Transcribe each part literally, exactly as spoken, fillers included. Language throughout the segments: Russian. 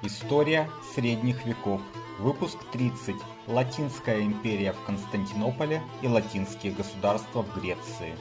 История средних веков. Выпуск тридцать. Латинская империя в Константинополе и латинские государства в Греции.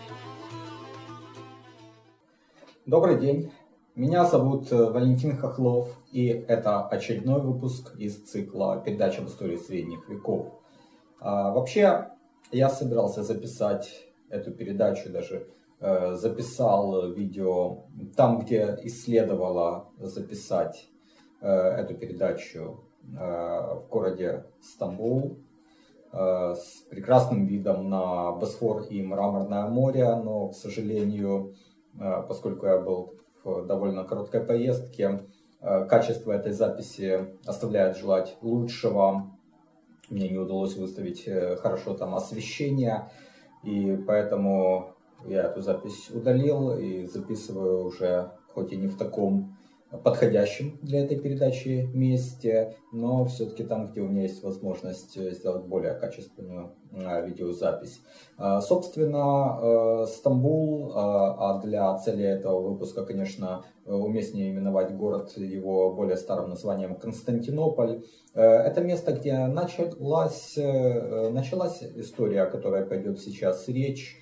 Добрый день, меня зовут Валентин Хохлов, и это очередной выпуск из цикла передач об истории средних веков. А, вообще, я собирался записать эту передачу, даже э, записал видео там, где исследовала записать э, эту передачу э, в городе Стамбул э, с прекрасным видом на Босфор и Мраморное море, но, к сожалению, поскольку я был в довольно короткой поездке, качество этой записи оставляет желать лучшего. Мне не удалось выставить хорошо там освещение, и поэтому я эту запись удалил и записываю уже, хоть и не в таком подходящем для этой передачи месте, но все-таки там, где у меня есть возможность сделать более качественную видеозапись. Собственно, Стамбул, а для цели этого выпуска, конечно, уместнее именовать город его более старым названием Константинополь. Это место, где началась, началась история, о которой пойдет сейчас речь,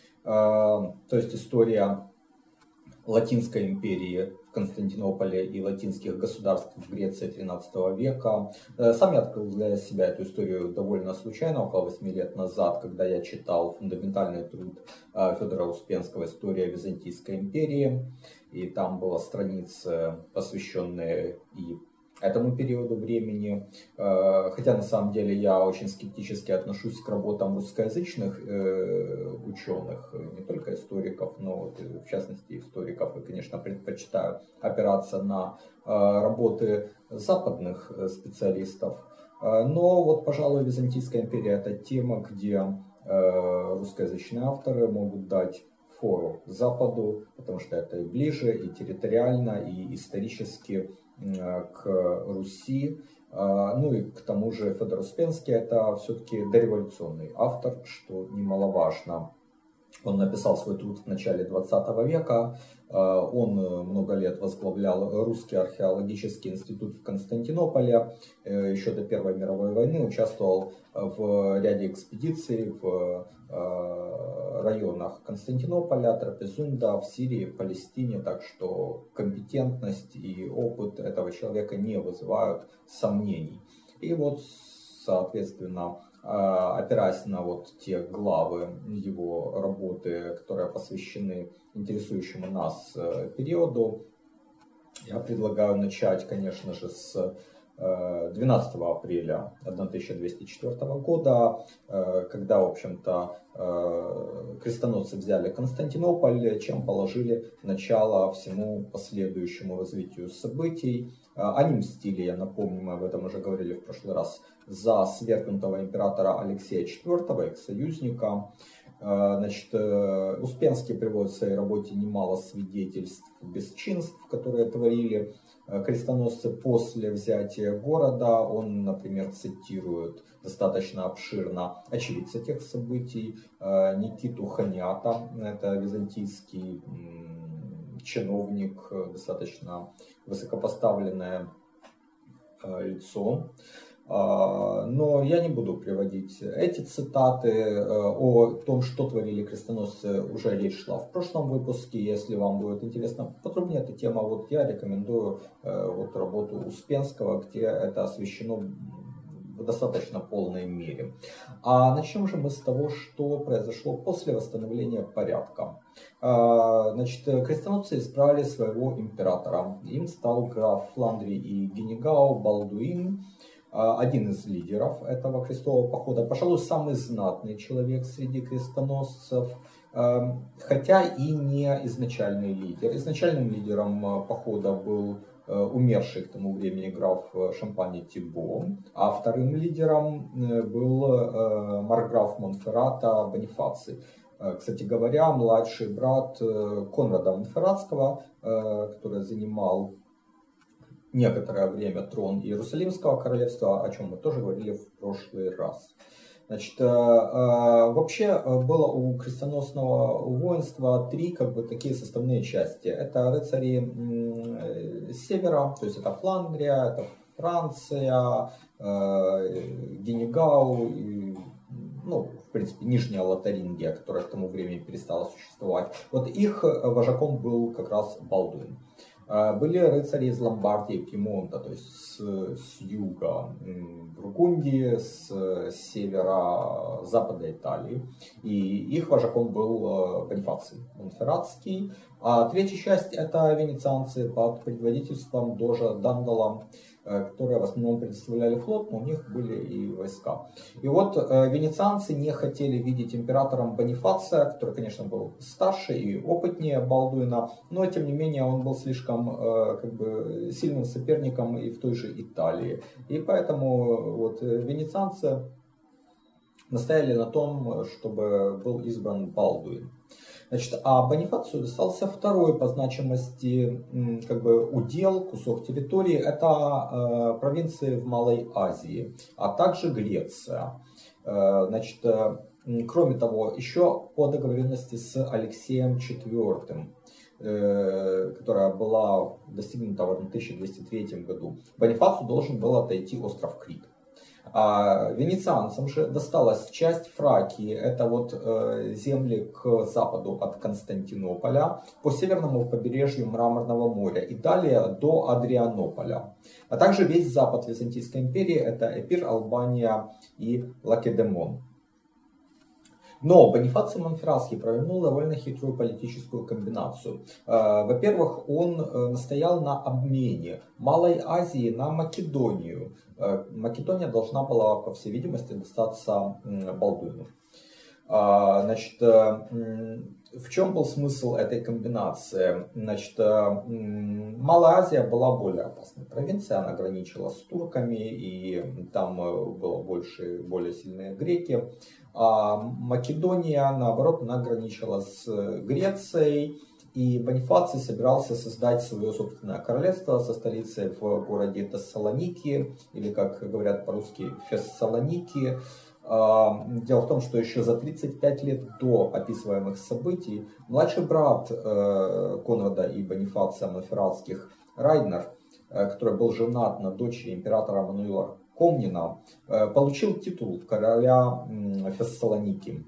то есть история Латинской империи в Константинополе и латинских государств в Греции тринадцатого века. Сам я открыл для себя эту историю довольно случайно, около восьми лет назад, когда я читал фундаментальный труд Федора Успенского «История Византийской империи». И там была страница, посвященная и этому периоду времени. Хотя на самом деле я очень скептически отношусь к работам русскоязычных ученых, не только историков, но в частности историков, и, конечно, предпочитаю опираться на работы западных специалистов. Но вот, пожалуй, Византийская империя — это тема, где русскоязычные авторы могут дать фору Западу, потому что это и ближе, и территориально, и исторически к Руси. Ну и к тому же Федор Успенский — это все-таки дореволюционный автор, что немаловажно. Он написал свой труд в начале двадцатого века. Он много лет возглавлял Русский археологический институт в Константинополе. Еще до Первой мировой войны участвовал в ряде экспедиций в районах Константинополя, Трапезунда, в Сирии, в Палестине. Так что компетентность и опыт этого человека не вызывают сомнений. И вот, соответственно, опираясь на вот те главы его работы, которые посвящены интересующему нас периоду, я предлагаю начать, конечно же, с двенадцатого апреля тысяча двести четвёртого года, когда, в общем-то, крестоносцы взяли Константинополь, чем положили начало всему последующему развитию событий. Они мстили, я напомню, мы об этом уже говорили в прошлый раз, за свергнутого императора Алексея четвёртого, их союзника. Значит, Успенский приводит в своей работе немало свидетельств бесчинств, которые творили крестоносцы после взятия города. Он, например, цитирует достаточно обширно очевидца тех событий Никиту Ханята, это византийский чиновник, достаточно высокопоставленное лицо. Но я не буду приводить эти цитаты. О том, что творили крестоносцы, уже речь шла в прошлом выпуске. Если вам будет интересно подробнее эта тема, вот я рекомендую вот работу Успенского, где это освещено в достаточно полной мере. А начнем же мы с того, что произошло после восстановления порядка. Значит, крестоносцы избрали своего императора. Им стал граф Фландрии и Генегау Балдуин, один из лидеров этого крестового похода, пожалуй, самый знатный человек среди крестоносцев, хотя и не изначальный лидер. Изначальным лидером похода был умерший к тому времени граф Шампани Тибо, а вторым лидером был марграф Монферрата Бонифаций. Кстати говоря, младший брат Конрада Монферратского, который занимал некоторое время трон Иерусалимского королевства, о чем мы тоже говорили в прошлый раз. Значит, вообще было у крестоносного воинства три как бы такие составные части. Это рыцари с севера, то есть это Фландрия, это Франция, Генегау, ну, в принципе, Нижняя Лотарингия, которая к тому времени перестала существовать. Вот их вожаком был как раз Балдуин. Были рыцари из Ломбардии, Пьемонта, то есть с, с юга Бургундии, с севера запада Италии. И их вожаком был Бонифаций Монферратский. А третья часть это венецианцы под предводительством дожа Дандала, которые в основном предоставляли флот, но у них были и войска. И вот э, венецианцы не хотели видеть императором Бонифация, который, конечно, был старше и опытнее Балдуина, но тем не менее он был слишком э, как бы, сильным соперником и в той же Италии. И поэтому вот, венецианцы настояли на том, чтобы был избран Балдуин. Значит, а Бонифацию достался второй по значимости как бы, удел, кусок территории. Это э, провинции в Малой Азии, а также Греция. Э, значит, э, кроме того, еще по договоренности с Алексеем четвёртым, э, которая была достигнута в тысяча двести третьем году, Бонифацию должен был отойти остров Крит. А венецианцам же досталась часть Фракии, это вот э, земли к западу от Константинополя, по северному побережью Мраморного моря и далее до Адрианополя. А также весь запад Византийской империи, это Эпир, Албания и Лакедемон. Но Бонифаций Монферратский провернул довольно хитрую политическую комбинацию. Во-первых, он настоял на обмене Малой Азии на Македонию. Македония должна была, по всей видимости, достаться Балдуину. Значит, в чем был смысл этой комбинации? Значит, Малая Азия была более опасной провинцией, она граничила с турками, и там было больше, более сильные греки. А Македония, наоборот, она граничила с Грецией, и Бонифаций собирался создать свое собственное королевство со столицей в городе Тессалоники, или, как говорят по-русски, Фессалоники. Дело в том, что еще за тридцать пять лет до описываемых событий младший брат Конрада и Бонифация Монферратских, Райнер, который был женат на дочери императора Мануила Комнина, получил титул короля Фессалоники.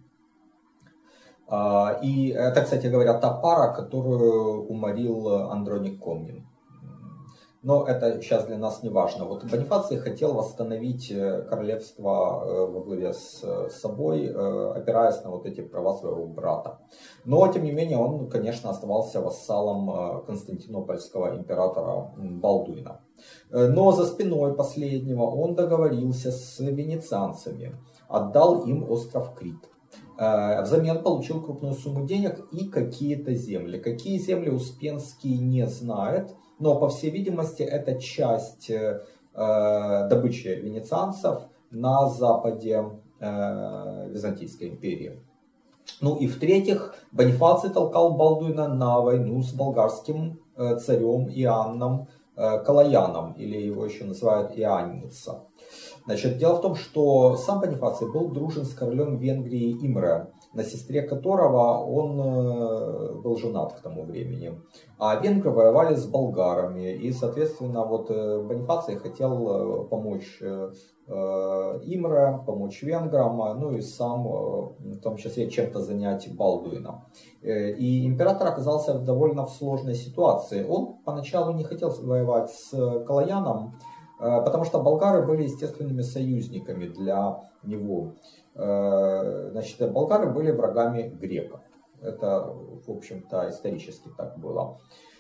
И это, кстати говоря, та пара, которую уморил Андроник Комнин. Но это сейчас для нас не важно. Вот Бонифаций хотел восстановить королевство во главе с собой, опираясь на вот эти права своего брата. Но, тем не менее, он, конечно, оставался вассалом константинопольского императора Балдуина. Но за спиной последнего он договорился с венецианцами, отдал им остров Крит. Взамен получил крупную сумму денег и какие-то земли. Какие земли Успенский не знает, но, по всей видимости, это часть э, добычи венецианцев на западе э, Византийской империи. Ну и в-третьих, Бонифаций толкал Балдуина на войну с болгарским э, царем Иоанном э, Калаяном, или его еще называют Иоанница. Значит, дело в том, что сам Бонифаций был дружен с королем Венгрии Имре, на сестре которого он был женат к тому времени. А венгры воевали с болгарами, и, соответственно, вот Бонифаций хотел помочь Имре, помочь венграм, ну и сам, в том числе, чем-то занять Балдуина. И император оказался довольно в сложной ситуации. Он поначалу не хотел воевать с Калаяном, потому что болгары были естественными союзниками для него. Значит, болгары были врагами греков. Это, в общем-то, исторически так было.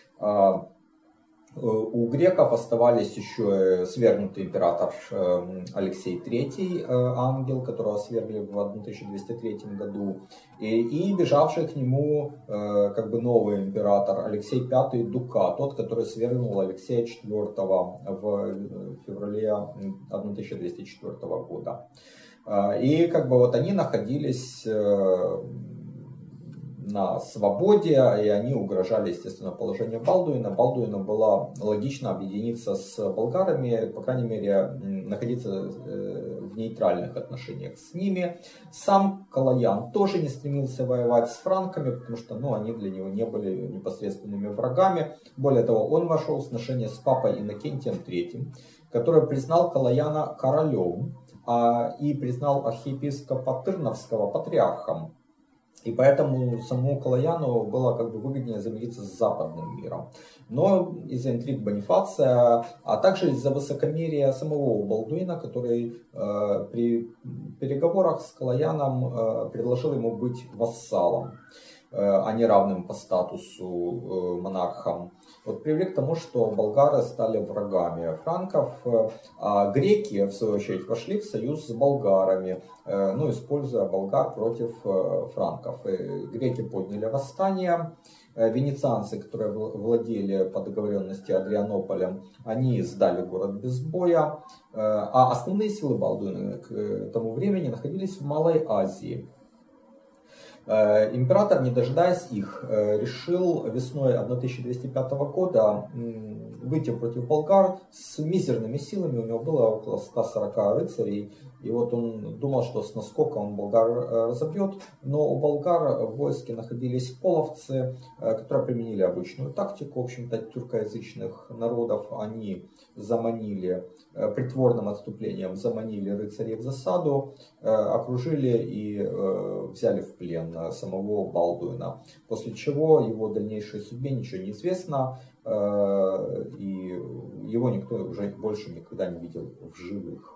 У греков оставались еще свергнутый император Алексей третий, ангел, которого свергли в тысяча двести третьем году, и, и бежавший к нему как бы новый император Алексей пятый Дука, тот, который свергнул Алексея четвёртого в феврале тысяча двести четвёртого года. И как бы вот они находились на свободе, и они угрожали, естественно, положению Балдуина. Балдуину было логично объединиться с болгарами, по крайней мере, находиться в нейтральных отношениях с ними. Сам Калаян тоже не стремился воевать с франками, потому что ну, они для него не были непосредственными врагами. Более того, он вошел в сношение с папой Иннокентием третьим, который признал Калаяна королем а, и признал архиепископа Тырновского патриархом. И поэтому самому Калаяну было как бы выгоднее замириться с западным миром. Но из-за интриг Бонифация, а также из-за высокомерия самого Балдуина, который э, при переговорах с Калаяном э, предложил ему быть вассалом, э, а не равным по статусу э, монархом, вот привели к тому, что болгары стали врагами франков, а греки, в свою очередь, вошли в союз с болгарами, ну, используя болгар против франков. И греки подняли восстание. Венецианцы, которые владели по договоренности Адрианополем, они сдали город без боя. А основные силы Балдуина к тому времени находились в Малой Азии. Император, не дожидаясь их, решил весной тысяча двести пятого года выйти против болгар с мизерными силами. У него было около ста сорока рыцарей. И вот он думал, что с наскока он болгар разобьет. Но у болгар в войске находились половцы, которые применили обычную тактику, в общем-то, тюркоязычных народов. Они заманили, притворным отступлением заманили рыцарей в засаду, окружили и взяли в плен самого Балдуина. После чего его дальнейшей судьбе ничего не известно. И его никто уже больше никогда не видел в живых.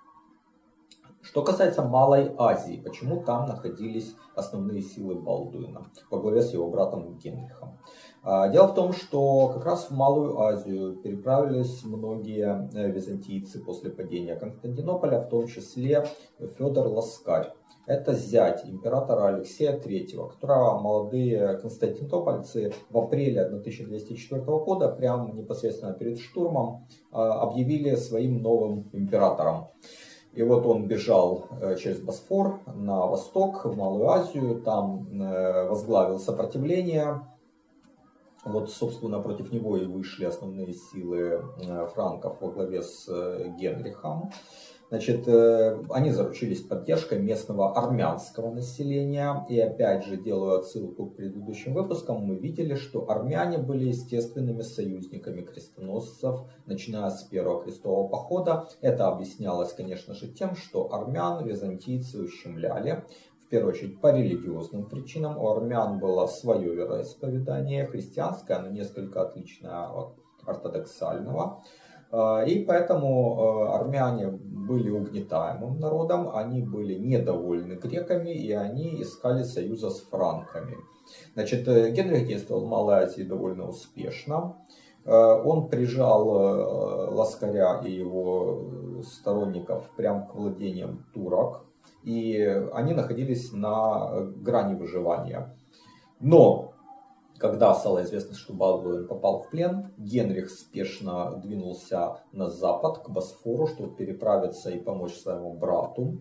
Что касается Малой Азии, почему там находились основные силы Балдуина во главе с его братом Генрихом? Дело в том, что как раз в Малую Азию переправились многие византийцы после падения Константинополя, в том числе Федор Ласкарь. Это зять императора Алексея третьего, которого молодые константинопольцы в апреле тысяча двести четвёртого года, прямо непосредственно перед штурмом, объявили своим новым императором. И вот он бежал через Босфор на восток, в Малую Азию, там возглавил сопротивление. Вот, собственно, против него и вышли основные силы франков во главе с Генрихом. Значит, они заручились поддержкой местного армянского населения. И опять же, делаю отсылку к предыдущим выпускам, мы видели, что армяне были естественными союзниками крестоносцев, начиная с первого крестового похода. Это объяснялось, конечно же, тем, что армян византийцы ущемляли. В первую очередь по религиозным причинам. У армян было свое вероисповедание, христианское, но несколько отличное от ортодоксального. И поэтому армяне были угнетаемым народом, они были недовольны греками, и они искали союза с франками. Значит, Генрих действовал в Малой Азии довольно успешно. Он прижал Ласкаря и его сторонников прямо к владениям турок, и они находились на грани выживания. Но когда стало известно, что Балдуин попал в плен, Генрих спешно двинулся на запад, к Босфору, чтобы переправиться и помочь своему брату.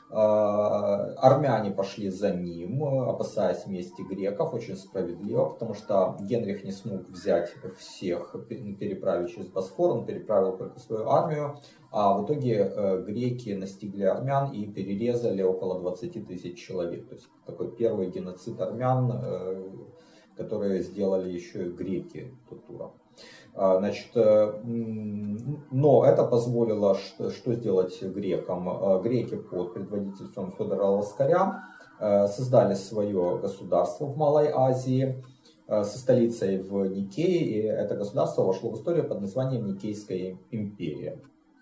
Армяне пошли за ним, опасаясь мести греков, очень справедливо, потому что Генрих не смог взять всех, переправив через Босфор, он переправил только свою армию, а в итоге греки настигли армян и перерезали около двадцати тысяч человек. То есть такой первый геноцид армян, которые сделали еще и греки Турок. Значит, но это позволило что сделать грекам? Греки под предводительством Федора Ласкаря создали свое государство в Малой Азии со столицей в Никее, и это государство вошло в историю под названием Никейская империя.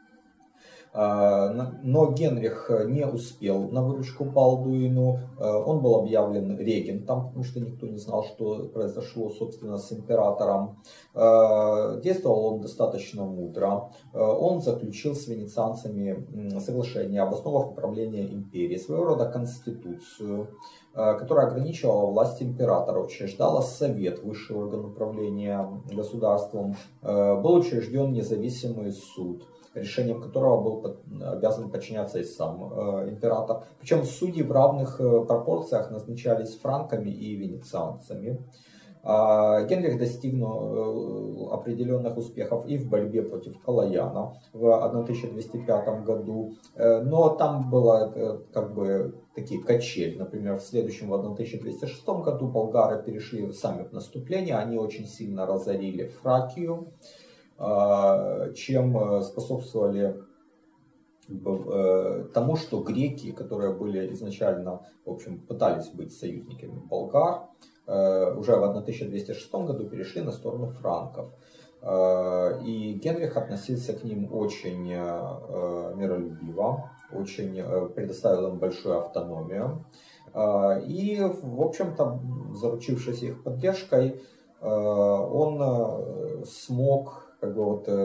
Но Генрих не успел на выручку Балдуину, он был объявлен регентом, потому что никто не знал, что произошло, собственно, с императором. Действовал он достаточно мудро, он заключил с венецианцами соглашение об основах управления империей, своего рода конституцию, которая ограничивала власть императора, учреждала совет, высший орган управления государством, был учрежден независимый суд, решением которого был обязан подчиняться и сам э, император. Причем судьи в равных э, пропорциях назначались франками и венецианцами. Генрих достигнул определенных успехов и в борьбе против Калаяна в тысяча двести пятом году, но там было как бы такие качели. Например, в следующем, в тысяча двести шестом году, болгары перешли сами в наступление, они очень сильно разорили Фракию, чем способствовали тому, что греки, которые были изначально, в общем, пытались быть союзниками болгар, уже в тысяча двести шестом году перешли на сторону франков. И Генрих относился к ним очень миролюбиво, очень предоставил им большую автономию. И, в общем-то, заручившись их поддержкой, он смог как бы вот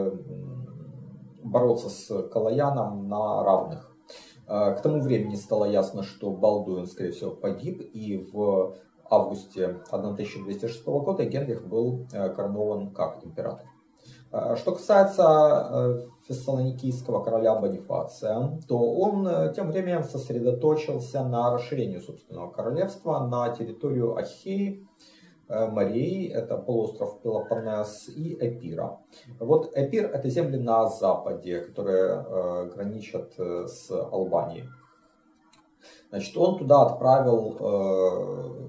бороться с Калаяном на равных. К тому времени стало ясно, что Балдуин, скорее всего, погиб, и в августе тысяча двести шестого года Генрих был коронован как император. Что касается фессалоникийского короля Бонифация, то он тем временем сосредоточился на расширении собственного королевства на территорию Ахеи, Мореи, это полуостров Пелопоннес, и Эпира. Вот Эпир — это земли на западе, которые граничат с Албанией. Значит, он туда отправил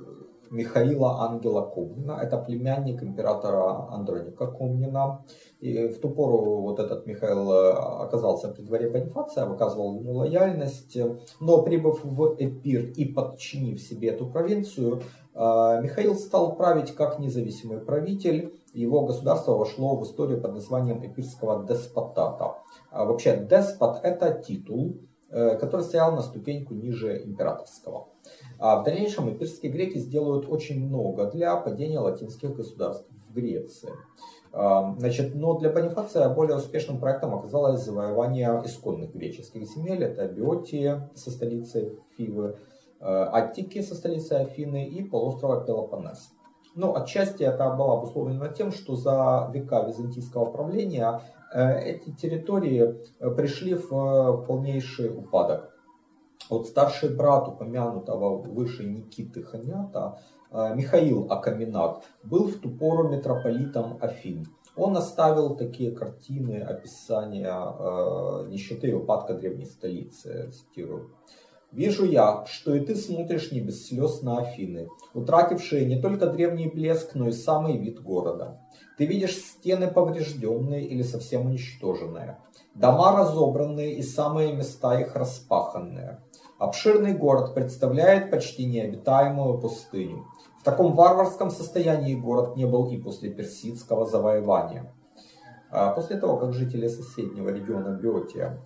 Михаила Ангела Комнина, это племянник императора Андроника Комнина. И в ту пору вот этот Михаил оказался при дворе Бонифация, выказывал ему лояльность, но прибыв в Эпир и подчинив себе эту провинцию, Михаил стал править как независимый правитель. Его государство вошло в историю под названием Эпирского деспотата. Вообще, деспот — это титул, который стоял на ступеньку ниже императорского. А в дальнейшем эпирские греки сделают очень много для падения латинских государств в Греции. Значит, но для Бонифация более успешным проектом оказалось завоевание исконных греческих земель. Это Биотия со столицей Фивы, Аттики со столицей Афины и полуострова Пелопоннес. Но отчасти это было обусловлено тем, что за века византийского правления эти территории пришли в полнейший упадок. Вот старший брат упомянутого выше Никиты Ханята, Михаил Акаменат, был в ту пору митрополитом Афин. Он оставил такие картины описания нищеты и упадка древней столицы, цитирую. «Вижу я, что и ты смотришь не без слез на Афины, утратившие не только древний блеск, но и самый вид города. Ты видишь стены поврежденные или совсем уничтоженные, дома разобранные и самые места их распаханные. Обширный город представляет почти необитаемую пустыню. В таком варварском состоянии город не был и после персидского завоевания». После того, как жители соседнего региона Биотия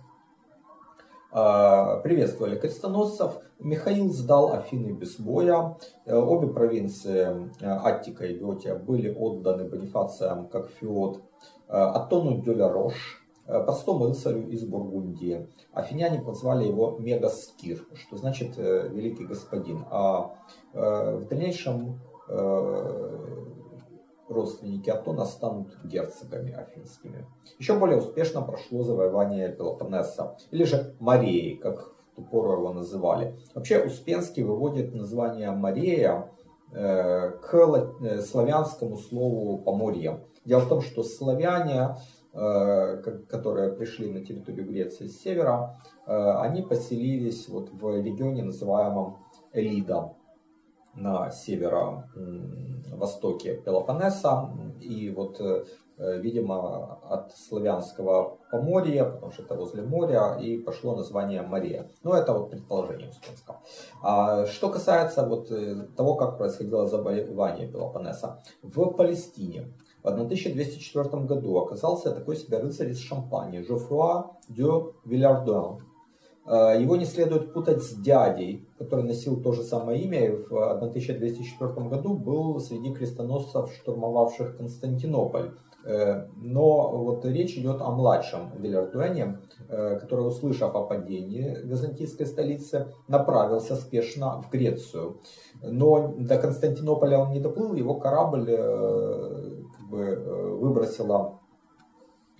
приветствовали крестоносцев, Михаил сдал Афины без боя. Обе провинции, Аттика и Биотия, были отданы Бонифациям как феод Аттону де ла Рош, простому рыцарю из Бургундии. Афиняне позвали его Мегаскир, что значит великий господин. А в дальнейшем родственники Аттона станут герцогами афинскими. Еще более успешно прошло завоевание Пелопоннеса, или же Мореи, как в ту пору его называли. Вообще Успенский выводит название Морея э, к э, славянскому слову Поморье. Дело в том, что славяне, э, которые пришли на территорию Греции с севера, э, они поселились вот в регионе, называемом Элида, на северо-востоке Пелопоннеса, и вот, видимо, от славянского Поморья, потому что это возле моря, и пошло название Морея. Но это вот предположение Успенского. А что касается вот того, как происходило завоевание Пелопоннеса. В Палестине в тысяча двести четвёртом году оказался такой себе рыцарь из Шампании, Жофруа де Вильярдуан. Его не следует путать с дядей, который носил то же самое имя и в тысяча двести четвёртом году был среди крестоносцев, штурмовавших Константинополь. Но вот речь идет о младшем Вильярдуэне, который, услышав о падении византийской столицы, направился спешно в Грецию. Но до Константинополя он не доплыл, его корабль как бы выбросило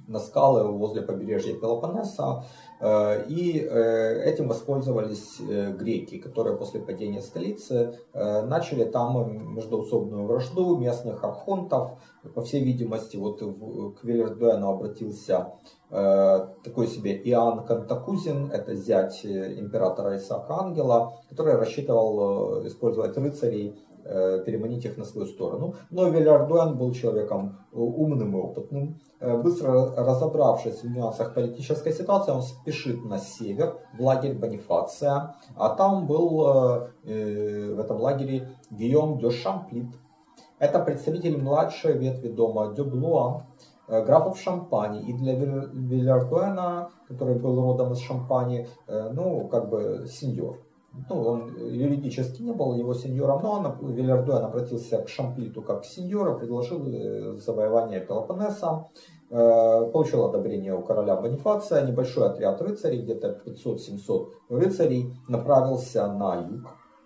на скалы возле побережья Пелопоннеса. И этим воспользовались греки, которые после падения столицы начали там междоусобную вражду местных архонтов. По всей видимости, вот к Велердуэну обратился такой себе Иоанн Кантакузин, это зять императора Исаака Ангела, который рассчитывал использовать рыцарей, переманить их на свою сторону. Но Велердуэн был человеком умным и опытным. Быстро разобравшись в нюансах политической ситуации, он спешит на север, в лагерь Бонифация. А там был в этом лагере Гийом де Шамплит. Это представитель младшей ветви дома де Блуа, графов Шампани. И для Велердуэна, который был родом из Шампани, ну, как бы сеньор. Ну, он юридически не был его сеньором, но он, Велердуэн обратился к Шамплиту как к сеньору, предложил завоевание Пелопоннеса, получил одобрение у короля Бонифация. Небольшой отряд рыцарей, где-то пятьсот-семьсот рыцарей, направился на юг,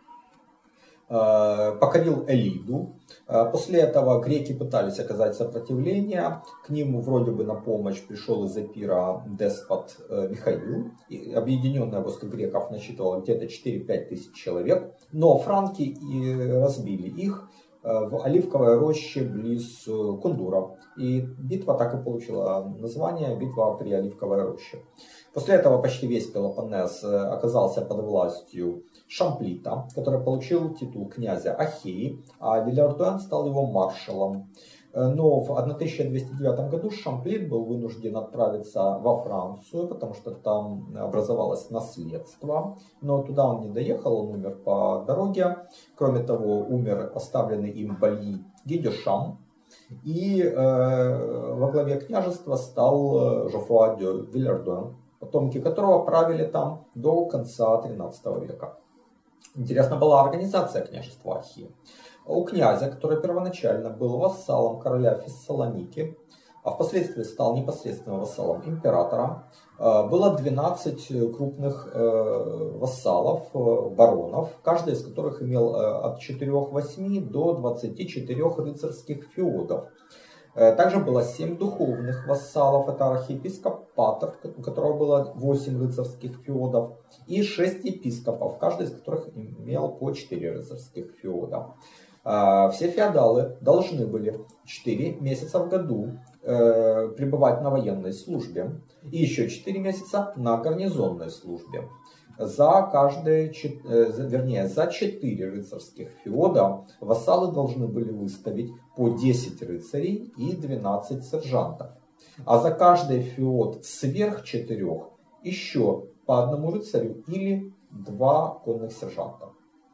покорил Элиду. После этого греки пытались оказать сопротивление. К ним вроде бы на помощь пришел из Эпира деспот Михаил. И объединенное войско греков насчитывало где-то четыре-пять тысяч человек. Но франки и разбили их в Оливковой роще близ Кундура. И битва так и получила название «Битва при Оливковой роще». После этого почти весь Пелопоннес оказался под властью Шамплита, который получил титул князя Ахеи, а Велердуэн стал его маршалом. Но в тысяча двести девятом году Шамплит был вынужден отправиться во Францию, потому что там образовалось наследство. Но туда он не доехал, он умер по дороге. Кроме того, умер оставленный им Бали Гидешам. И э, во главе княжества стал Жофруа де Велердуэн, потомки которого правили там до конца тринадцатого века. Интересна была организация княжества Ахеи. У князя, который первоначально был вассалом короля Фессалоники, а впоследствии стал непосредственным вассалом императора, было двенадцать крупных вассалов, баронов, каждый из которых имел от четырёх-восьми до двадцати четырёх рыцарских феодов. Также было семь духовных вассалов, это архиепископ Патер, у которого было восемь рыцарских феодов, и шесть епископов, каждый из которых имел по четыре рыцарских феода. Все феодалы должны были четыре месяца в году э, пребывать на военной службе и еще четыре месяца на гарнизонной службе. За каждые, вернее, за четыре рыцарских феода вассалы должны были выставить по десять рыцарей и двенадцать сержантов. А за каждый феод сверх четырех еще по одному рыцарю или два конных сержанта.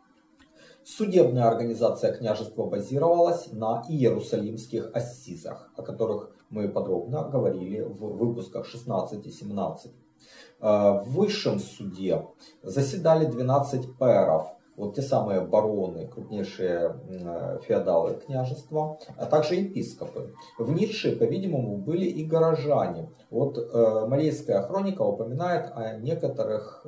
Судебная организация княжества базировалась на иерусалимских ассизах, о которых мы подробно говорили в выпусках шестнадцать и семнадцать. В высшем суде заседали двенадцать пэров, вот те самые бароны, крупнейшие феодалы княжества, а также епископы. В низшие, по-видимому, были и горожане. Вот Марийская хроника упоминает о некоторых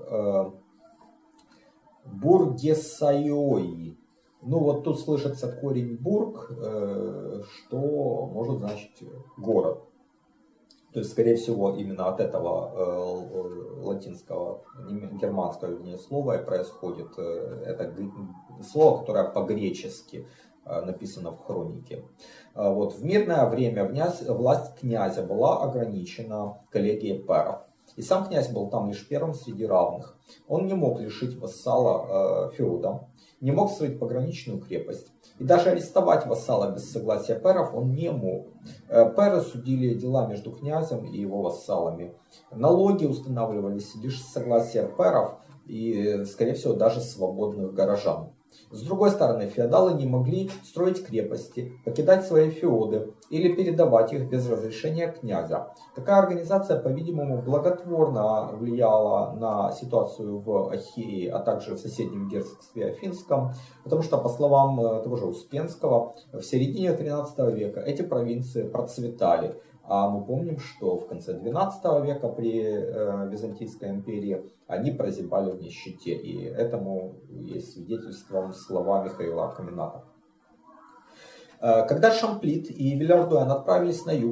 бургесайои. Ну вот тут слышится корень бург, что может значить город. То есть, скорее всего, именно от этого латинского, германского вернее, слова и происходит это слово, которое по-гречески написано в хронике. Вот. В мирное время власть князя была ограничена коллегией пэров. И сам князь был там лишь первым среди равных. Он не мог лишить вассала э, феода, не мог строить пограничную крепость. И даже арестовать вассала без согласия пэров он не мог. Э, пэры судили дела между князем и его вассалами. Налоги устанавливались лишь с согласия пэров и, скорее всего, даже свободных горожан. С другой стороны, феодалы не могли строить крепости, покидать свои феоды или передавать их без разрешения князя. Такая организация, по-видимому, благотворно влияла на ситуацию в Ахее, а также в соседнем герцогстве Афинском, потому что, по словам того же Успенского, в середине тринадцатого века эти провинции процветали. А мы помним, что в конце двенадцатого века при э, Византийской империи они прозябали в нищете. И этому есть свидетельством слова Михаила Акамената. Э, когда Шамплит и Велердуэн отправились на юг,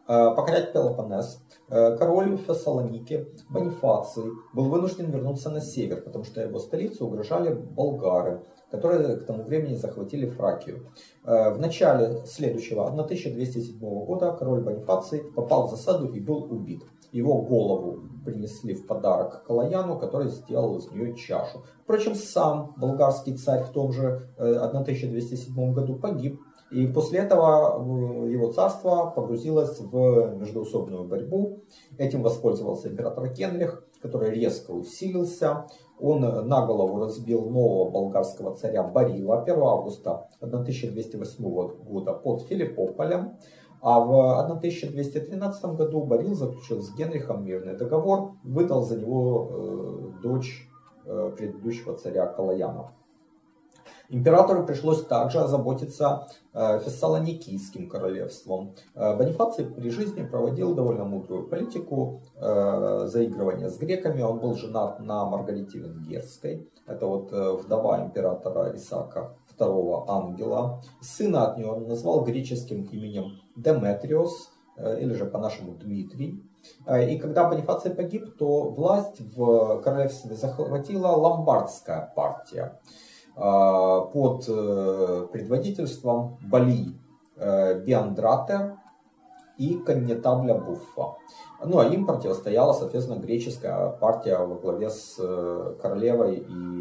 покорять Пелопоннес, король Фессалоники Бонифаций был вынужден вернуться на север, потому что его столицу угрожали болгары, которые к тому времени захватили Фракию. В начале следующего тысяча двести седьмого года король Бонифаций попал в засаду и был убит. Его голову принесли в подарок Калаяну, который сделал из нее чашу. Впрочем, сам болгарский царь в том же тысяча двести седьмом году погиб. И после этого его царство погрузилось в междоусобную борьбу. Этим воспользовался император Генрих, который резко усилился. Он на голову разбил нового болгарского царя Барила первого августа тысяча двести восьмого года под Филиппополем. А в тысяча двести тринадцатом году Барил заключил с Генрихом мирный договор, выдал за него э, дочь э, предыдущего царя Калаяна. Императору пришлось также озаботиться э, Фессалоникийским королевством. Э, Бонифаций при жизни проводил довольно мудрую политику э, заигрывания с греками. Он был женат на Маргарите Венгерской. Это вот э, вдова императора Исаака второго Ангела. Сына от нее он назвал греческим именем Деметриос, э, или же по-нашему Дмитрий. И когда Бонифаций погиб, то власть в королевстве захватила ломбардская партия под предводительством Бали Биандрате и коннетабля Буффа. Ну а им противостояла, соответственно, греческая партия во главе с королевой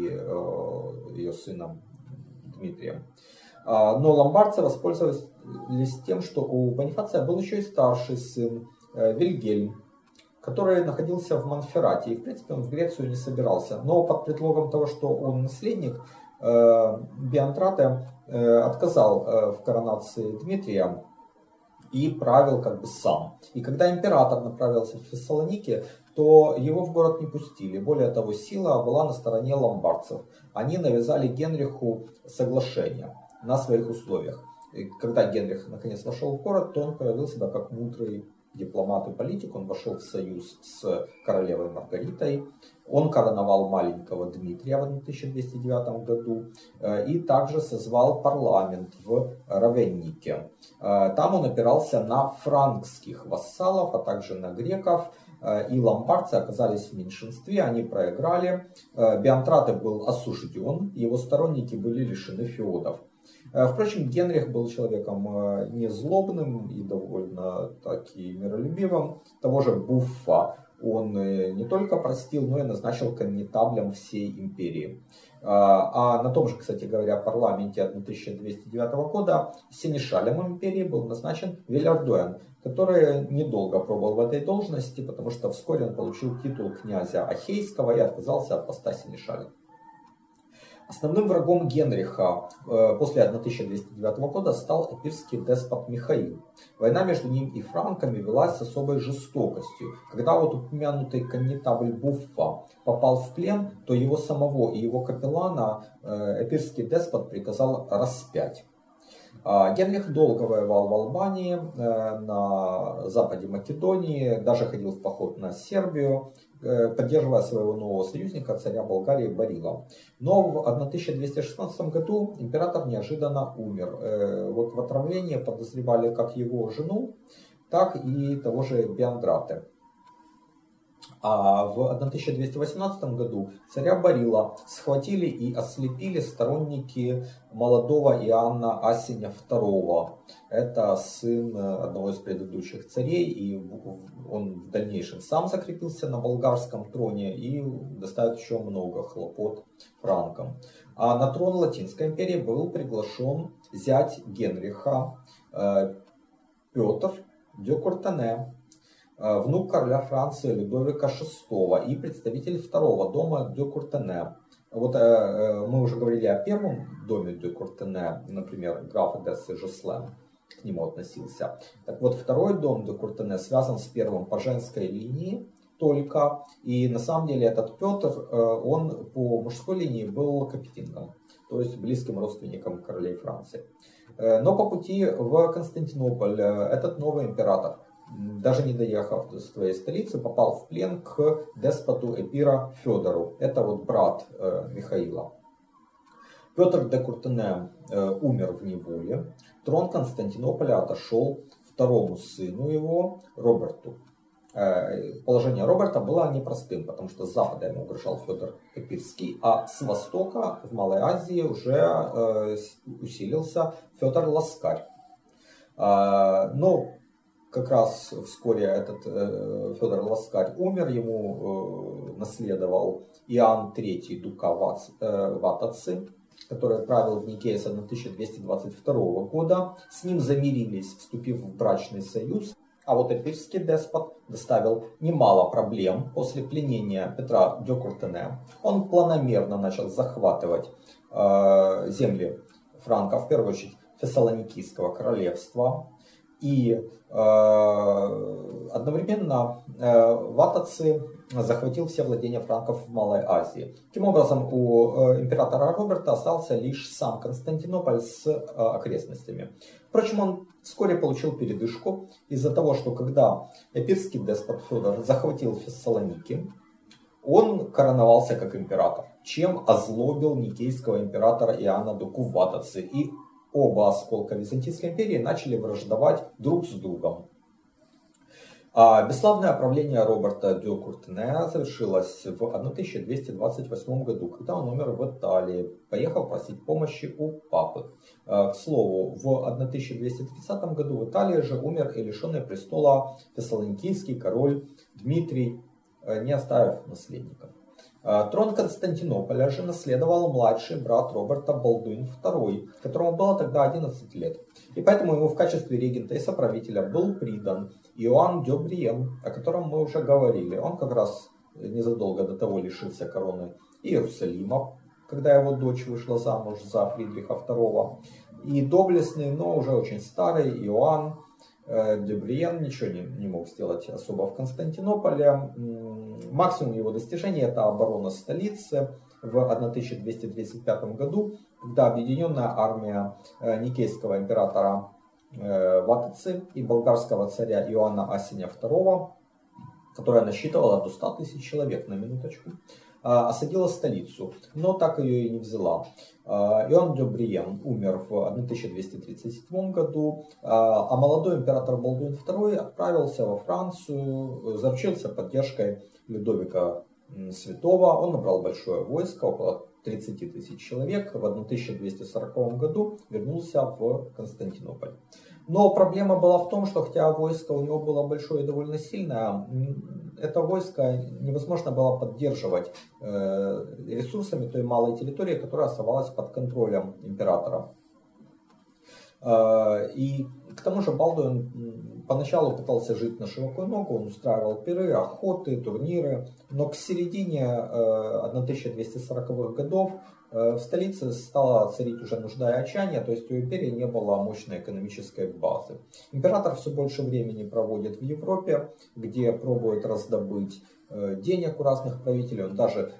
и ее сыном Дмитрием. Но ломбардцы воспользовались тем, что у Бонифация был еще и старший сын Вильгельм, который находился в Монферрате, и в принципе он в Грецию не собирался. Но под предлогом того, что он наследник, Биандрате отказал в коронации Дмитрия и правил как бы сам. И когда император направился в Фессалоники, то его в город не пустили. Более того, сила была на стороне ломбардцев. Они навязали Генриху соглашение на своих условиях. И когда Генрих наконец вошел в город, то он проявил себя как мудрый дипломат и политик. Он вошел в союз с королевой Маргаритой. Он короновал маленького Дмитрия в тысяча двести девятом году и также созвал парламент в Равеннике. Там он опирался на франкских вассалов, а также на греков. И ломбардцы оказались в меньшинстве, они проиграли. Биандрате был осужден, его сторонники были лишены феодов. Впрочем, Генрих был человеком не злобным и довольно таки миролюбивым. Того же Буффа он не только простил, но и назначил коннетаблем всей империи. А на том же, кстати говоря, парламенте тысяча двести девятого года сенешалем империи был назначен Вильардуэн, который недолго пробыл в этой должности, потому что вскоре он получил титул князя Ахейского и отказался от поста сенешаля. Основным врагом Генриха после тысяча двести девятого года стал эпирский деспот Михаил. Война между ним и франками велась с особой жестокостью. Когда вот упомянутый коннетабль Буффа попал в плен, то его самого и его капеллана эпирский деспот приказал распять. Генрих долго воевал в Албании, на западе Македонии, даже ходил в поход на Сербию, поддерживая своего нового союзника, царя Болгарии Барила. Но в тысяча двести шестнадцатом году император неожиданно умер. Вот в отравлении подозревали как его жену, так и того же Биандрате. А в тысяча двести восемнадцатом году царя Барила схватили и ослепили сторонники молодого Иоанна Асеня второго. Это сын одного из предыдущих царей, и он в дальнейшем сам закрепился на болгарском троне и доставит еще много хлопот франкам. А на трон Латинской империи был приглашен зять Генриха Петр де Куртене, внук короля Франции Людовика шестого и представитель второго дома де Куртене. Вот э, мы уже говорили о первом доме де Куртене, например, граф Эдессы Жослен к нему относился. Так вот, второй дом де Куртене связан с первым по женской линии только. И на самом деле этот Петр, э, он по мужской линии был капетингом, то есть близким родственником королей Франции. Э, но по пути в Константинополь э, этот новый император, даже не доехав до своей столицы, попал в плен к деспоту Эпира Федору. Это вот брат э, Михаила. Петр де Куртене э, умер в неволе. Трон Константинополя отошел второму сыну его, Роберту. Положение Роберта было непростым, потому что с запада ему угрожал Федор Эпирский, а с востока, в Малой Азии, уже усилился Федор Ласкарь. Но как раз вскоре этот Федор Ласкарь умер, ему наследовал Иоанн третий Дука Ватоци, который правил в Никее с тысяча двести двадцать второго года. С ним замирились, вступив в брачный союз. А вот эпирский деспот доставил немало проблем после пленения Петра де Куртене. Он планомерно начал захватывать э, земли франков, в первую очередь Фессалоникийского королевства. И э, одновременно э, Ватоци захватил все владения франков в Малой Азии. Таким образом, у э, императора Роберта остался лишь сам Константинополь с э, окрестностями. Впрочем, он вскоре получил передышку из-за того, что когда эпирский деспот Федор захватил Фессалоники, он короновался как император, чем озлобил никейского императора Иоанна Дуку Ватоци. И оба осколка Византийской империи начали враждовать друг с другом. А бесславное правление Роберта де Куртене завершилось в тысяча двести двадцать восьмом году, когда он умер в Италии, поехал просить помощи у папы. К слову, в тысяча двести тридцатом году в Италии же умер и лишенный престола фессалоникийский король Дмитрий, не оставив наследников. Трон Константинополя же наследовал младший брат Роберта Балдуин второй, которому было тогда одиннадцать лет. И поэтому ему в качестве регента и соправителя был придан Иоанн де Бриен, о котором мы уже говорили. Он как раз незадолго до того лишился короны Иерусалима, когда его дочь вышла замуж за Фридриха второго. И доблестный, но уже очень старый Иоанн де Бриен ничего не, не мог сделать особо в Константинополе. Максимум его достижений — это оборона столицы в тысяча двести тридцать пятом году, когда объединенная армия никейского императора Ватоци и болгарского царя Иоанна Асеня второго, которая насчитывала до ста тысяч человек, на минуточку, осадила столицу, но так ее и не взяла. Иоанн де Бриен умер в тысяча двести тридцать седьмом году, а молодой император Балдуин второй отправился во Францию, заручился поддержкой Людовика Святого. Он набрал большое войско, около тридцати тысяч человек. В тысяча двести сороковом году вернулся в Константинополь. Но проблема была в том, что хотя войско у него было большое и довольно сильное, это войско невозможно было поддерживать ресурсами той малой территории, которая оставалась под контролем императора. И к тому же Балдуин поначалу пытался жить на широкую ногу, он устраивал пиры, охоты, турниры, но к середине тысяча двести сороковых годов в столице стала царить уже нужда и отчаяние, то есть у империи не было мощной экономической базы. Император все больше времени проводит в Европе, где пробует раздобыть денег у разных правителей. Он даже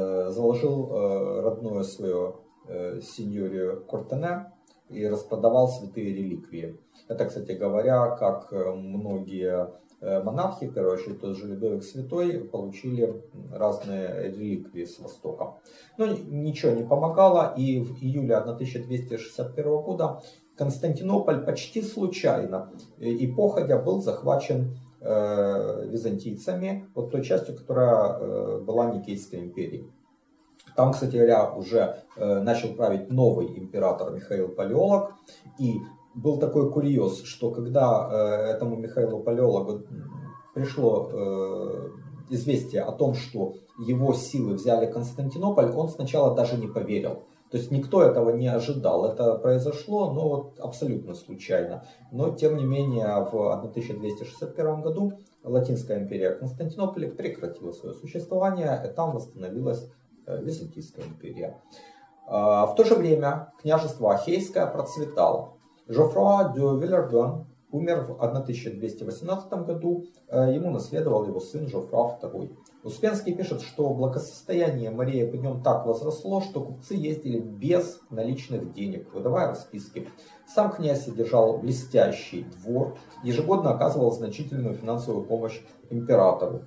заложил родное свое сеньорию Куртене и распродавал святые реликвии. Это, кстати говоря, как многие монархи, в первую очередь тот же Людовик Святой, получили разные реликвии с Востока. Но ничего не помогало, и в июле тысяча двести шестьдесят первого года Константинополь почти случайно и походя был захвачен э, византийцами, вот той частью, которая э, была Никейской империей. Там, кстати говоря, уже э, начал править новый император Михаил Палеолог. И был такой курьез, что когда э, этому Михаилу Палеологу пришло э, известие о том, что его силы взяли Константинополь, он сначала даже не поверил. То есть никто этого не ожидал. Это произошло, но вот абсолютно случайно. Но тем не менее в тысяча двести шестьдесят первом году Латинская империя Константинополя прекратила свое существование, и там восстановилась Византийская империя. В то же время княжество Ахейское процветало. Жофруа де Вильардон умер в тысяча двести восемнадцатом году, ему наследовал его сын Жофруа второй. Успенский пишет, что благосостояние Марии при нем так возросло, что купцы ездили без наличных денег, выдавая расписки. Сам князь содержал блестящий двор, ежегодно оказывал значительную финансовую помощь императору.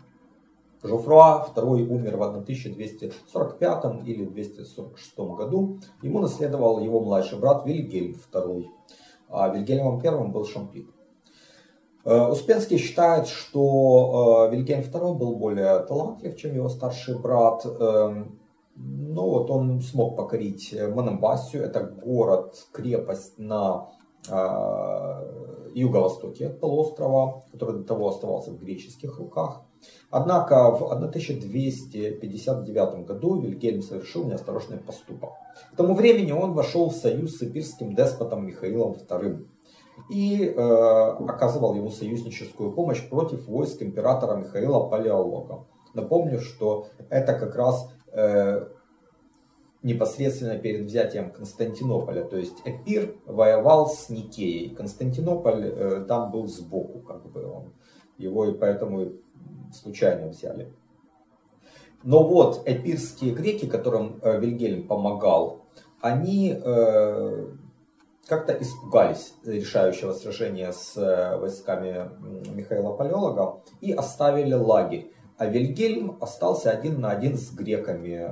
Жофруа второй умер в тысяча двести сорок пятом или двести сорок шестом году. Ему наследовал его младший брат Вильгельм второй. А Вильгельмом первым был Шампит. Успенский считает, что Вильгельм второй был более талантлив, чем его старший брат. Ну вот он смог покорить Монбассию, это город-крепость на юго-востоке полуострова, который до того оставался в греческих руках. Однако в тысяча двести пятьдесят девятом году Вильгельм совершил неосторожный поступок. К тому времени он вошел в союз с эпирским деспотом Михаилом вторым и э, оказывал ему союзническую помощь против войск императора Михаила Палеолога. Напомню, что это как раз э, непосредственно перед взятием Константинополя, то есть Эпир воевал с Никеей, Константинополь э, там был сбоку, как бы он, его и поэтому случайно взяли. Но вот эпирские греки, которым э, Вильгельм помогал, они э, как-то испугались решающего сражения с войсками Михаила Палеолога и оставили лагерь. А Вильгельм остался один на один с греками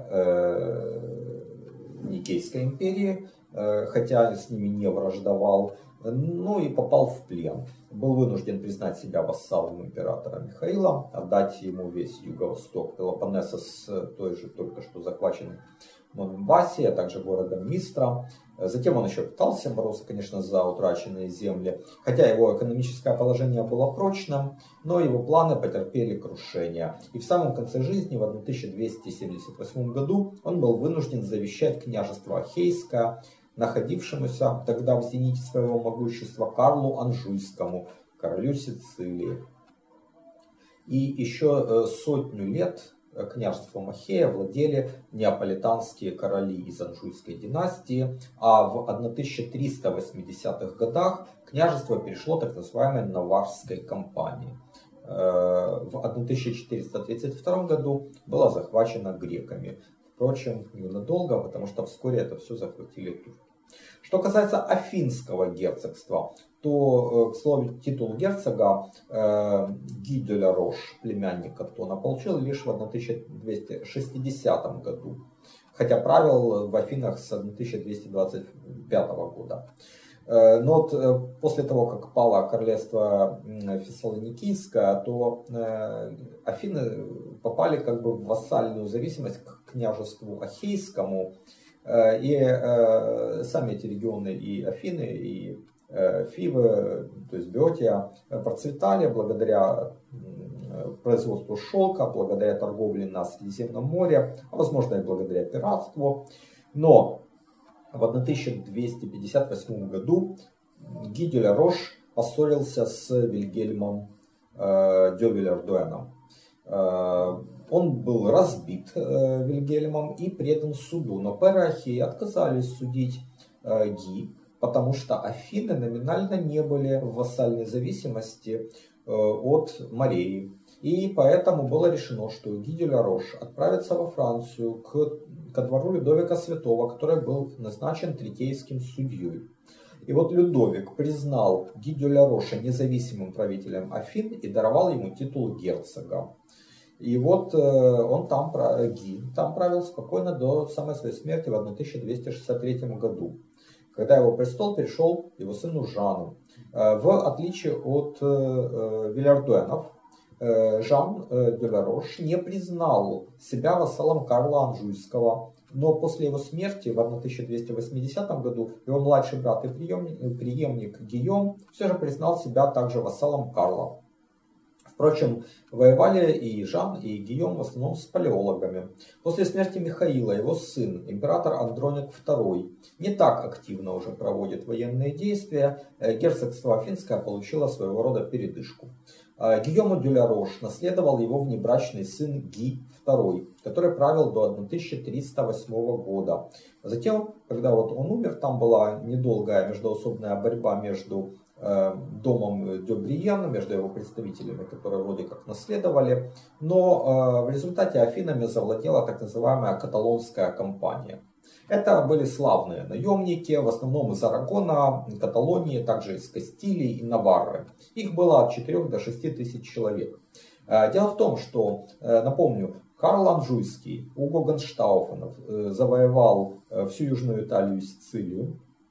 э, Никейской империи, э, хотя с ними не враждовал, ну и попал в плен. Был вынужден признать себя вассалом императора Михаила, отдать ему весь юго-восток Пелопоннеса с той же только что захваченной Монбассии, а также городом Мистра. Затем он еще пытался бороться, конечно, за утраченные земли, хотя его экономическое положение было прочным, но его планы потерпели крушение. И в самом конце жизни, в тысяча двести семьдесят восьмом году, он был вынужден завещать княжество Ахейское, находившемуся тогда в зените своего могущества, Карлу Анжуйскому, королю Сицилии. И еще сотню лет княжеством Ахея владели неаполитанские короли из Анжуйской династии, а в тысяча триста восьмидесятых годах княжество перешло так называемой Наварской компании. В тысяча четыреста тридцать втором году было захвачено греками. Впрочем, ненадолго, потому что вскоре это все захватили турки. Что касается Афинского герцогства, то, к слову, титул герцога э, Ги де ла Рош, племянник Каттона, получил лишь в тысяча двести шестидесятом году, хотя правил в Афинах с тысяча двести двадцать пятого года. Э, но вот после того, как пало королевство Фессалоникийское, то э, Афины попали как бы в вассальную зависимость к княжеству Ахейскому. И э, сами эти регионы, и Афины, и э, Фивы, то есть Беотия, процветали благодаря э, производству шелка, благодаря торговле на Средиземном море, а возможно и благодаря пиратству. Но в тысяча двести пятьдесят восьмом году Ги де ла Рош поссорился с Вильгельмом э, де Вильардуэном. Э, Он был разбит э, Вильгельмом и предан суду, но пэры Ахеи отказались судить э, Ги, потому что Афины номинально не были в вассальной зависимости э, от Мореи. И поэтому было решено, что Ги де ла Рош отправится во Францию к, ко двору Людовика Святого, который был назначен третейским судьей. И вот Людовик признал Ги де ла Роша независимым правителем Афин и даровал ему титул герцога. И вот э, он там, Ги, там правил спокойно до самой своей смерти в тысяча двести шестьдесят третьем году, когда его престол перешел его сыну Жану. Э, в отличие от э, Вильардуэнов, э, Жан э, де ла Рош не признал себя вассалом Карла Анжуйского, но после его смерти в тысяча двести восьмидесятом году его младший брат и преемник, преемник Гийом все же признал себя также вассалом Карла. Впрочем, воевали и Жан, и Гийом в основном с палеологами. После смерти Михаила его сын, император Андроник второй, не так активно уже проводит военные действия. Герцогство Афинское получило своего рода передышку. Гийому де ла Рош наследовал его внебрачный сын Ги второй, который правил до тысяча триста восьмого года. Затем, когда вот он умер, там была недолгая междоусобная борьба между домом де Бриен, между его представителями, которые вроде как наследовали, но в результате Афинами завладела так называемая каталонская компания. Это были славные наемники, в основном из Арагона, Каталонии, также из Кастилии и Наварры. Их было от четырёх до шести тысяч человек. Дело в том, что, напомню, Карл Анжуйский у Гогенштауфенов завоевал всю Южную Италию и Сицилию.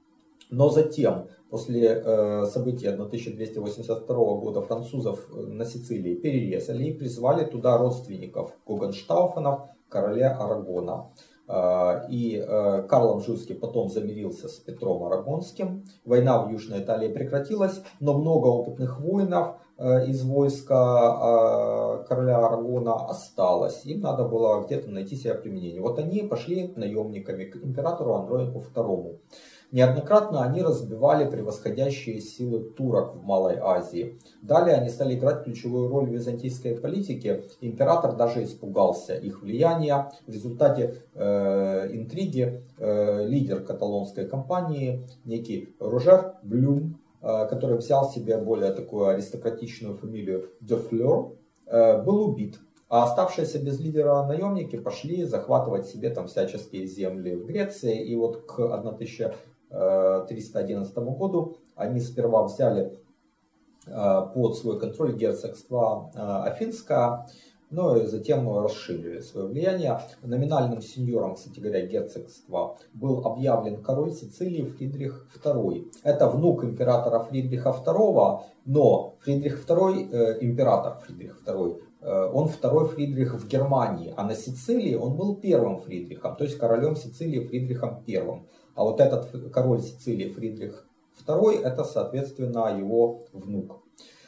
Но затем, после э, событий тысяча двести восемьдесят второго года, французов на Сицилии перерезали и призвали туда родственников Гогенштауфенов, короля Арагона. Э, и э, Карл Анжуйский потом замирился с Петром Арагонским. Война в Южной Италии прекратилась, но много опытных воинов э, из войска э, короля Арагона осталось. Им надо было где-то найти себе применение. Вот они пошли наемниками к императору Андронику второму. Неоднократно они разбивали превосходящие силы турок в Малой Азии. Далее они стали играть ключевую роль в византийской политике. Император даже испугался их влияния. В результате э, интриги э, лидер каталонской кампании, некий Рожер Блюм, э, который взял себе более такую аристократичную фамилию де Флер, э, был убит. А оставшиеся без лидера наемники пошли захватывать себе там всяческие земли в Греции. И вот к тысяча триста одиннадцатому году они сперва взяли под свой контроль герцогство Афинское, но и затем расширили свое влияние. Номинальным сеньором, кстати говоря, герцогства был объявлен король Сицилии Фридрих второй. Это внук императора Фридриха второго, но Фридрих второй, э, император Фридрих второй, э, он второй Фридрих в Германии, а на Сицилии он был первым Фридрихом, то есть королем Сицилии Фридрихом первым. А вот этот король Сицилии Фридрих второй, это, соответственно, его внук.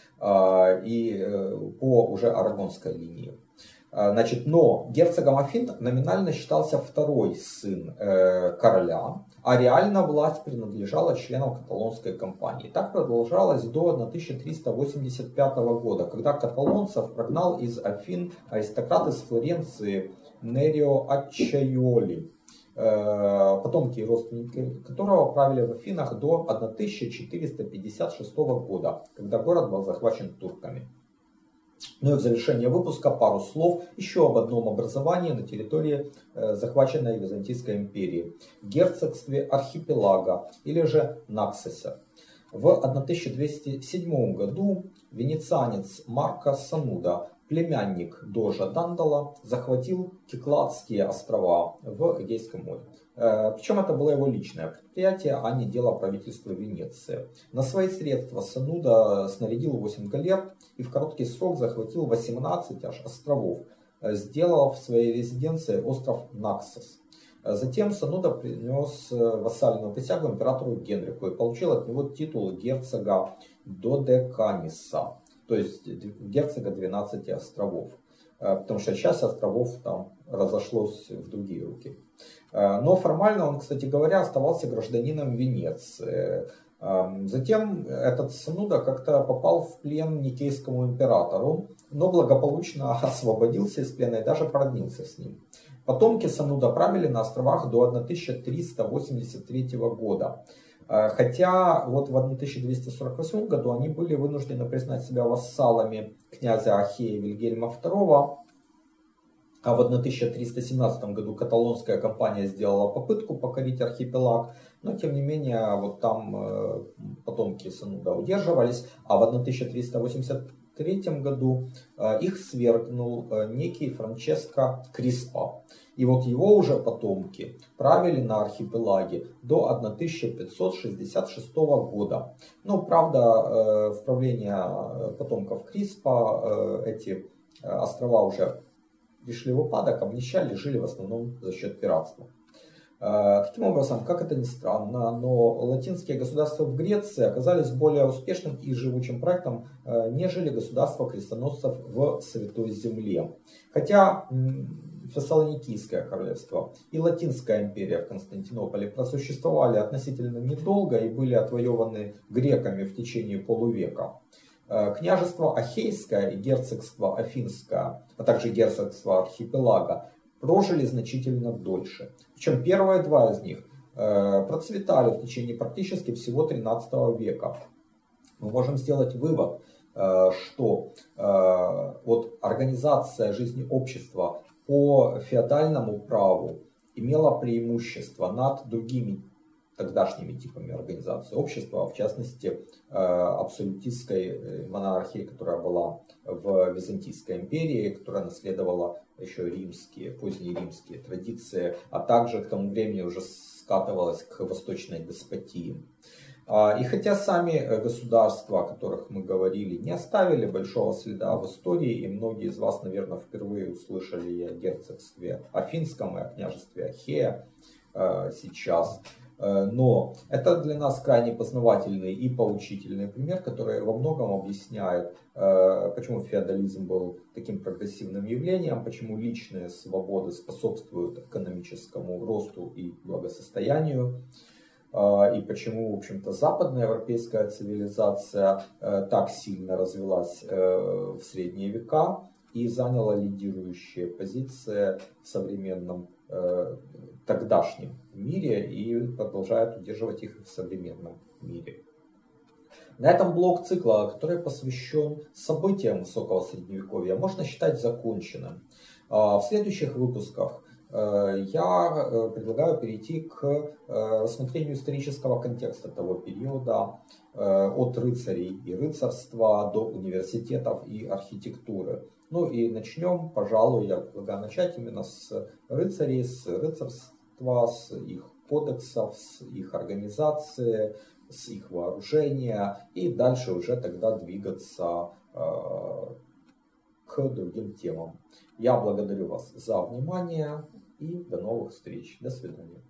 И по уже арагонской линии. Значит, но герцогом Афин номинально считался второй сын короля, а реально власть принадлежала членам каталонской кампании. Так продолжалось до тысяча триста восемьдесят пятого года, когда каталонцев прогнал из Афин аристократ из Флоренции Нерио Аччайоли, потомки и родственники которого правили в Афинах до тысяча четыреста пятьдесят шестого года, когда город был захвачен турками. Ну и в завершение выпуска пару слов еще об одном образовании на территории захваченной Византийской империи, герцогстве Архипелага или же Наксосе. В тысяча двести седьмом году венецианец Марко Сануда, племянник дожа Дандала, захватил Кикладские острова в Эгейском море. Причем это было его личное предприятие, а не дело правительства Венеции. На свои средства Сануда снарядил восемь галер и в короткий срок захватил восемнадцать аж островов, сделав в своей резиденции остров Наксос. Затем Сануда принес вассальную присягу императору Генриху и получил от него титул герцога Додеканиса, то есть герцога двенадцати островов, потому что часть островов там разошлось в другие руки. Но формально он, кстати говоря, оставался гражданином Венеции. Затем этот Сануда как-то попал в плен Никейскому императору, но благополучно освободился из плена и даже породнился с ним. Потомки Сануда правили на островах до тысяча триста восемьдесят третьего года. Хотя вот в тысяча двести сорок восьмом году они были вынуждены признать себя вассалами князя Ахея Вильгельма второго, а в тысяча триста семнадцатом году каталонская компания сделала попытку покорить архипелаг, но тем не менее вот там потомки Сануда удерживались, а в тысяча триста восемьдесят третьем году их свергнул некий Франческо Криспо. И вот его уже потомки правили на архипелаге до тысяча пятьсот шестьдесят шестого года. Но, правда, в правление потомков Криспо эти острова уже пришли в упадок, обнищали, жили в основном за счет пиратства. Таким образом, как это ни странно, но латинские государства в Греции оказались более успешным и живучим проектом, нежели государства крестоносцев в Святой Земле. Хотя Фессалоникийское королевство и Латинская империя в Константинополе просуществовали относительно недолго и были отвоеваны греками в течение полувека. Княжество Ахейское и герцогство Афинское, а также герцогство Архипелага прожили значительно дольше. Причем первые два из них процветали в течение практически всего тринадцатого века. Мы можем сделать вывод, что вот организация жизни общества по феодальному праву имела преимущество над другими тогдашними типами организации общества, в частности, абсолютистской монархии, которая была в Византийской империи, которая наследовала еще римские, поздние римские традиции, а также к тому времени уже скатывалась к восточной деспотии. И хотя сами государства, о которых мы говорили, не оставили большого следа в истории, и многие из вас, наверное, впервые услышали о герцогстве Афинском и о княжестве Ахея сейчас, но это для нас крайне познавательный и поучительный пример, который во многом объясняет, почему феодализм был таким прогрессивным явлением, почему личные свободы способствуют экономическому росту и благосостоянию, и почему, в общем-то, западноевропейская цивилизация так сильно развилась в средние века и заняла лидирующие позиции в современном тогдашнем мире и продолжает удерживать их в современном мире. На этом блок цикла, который посвящен событиям высокого средневековья, можно считать законченным. В следующих выпусках я предлагаю перейти к рассмотрению исторического контекста того периода, от рыцарей и рыцарства до университетов и архитектуры. Ну и начнем, пожалуй, я предлагаю начать именно с рыцарей, с рыцарства, с их кодексов, с их организации, с их вооружения, и дальше уже тогда двигаться к другим темам. Я благодарю вас за внимание и до новых встреч. До свидания.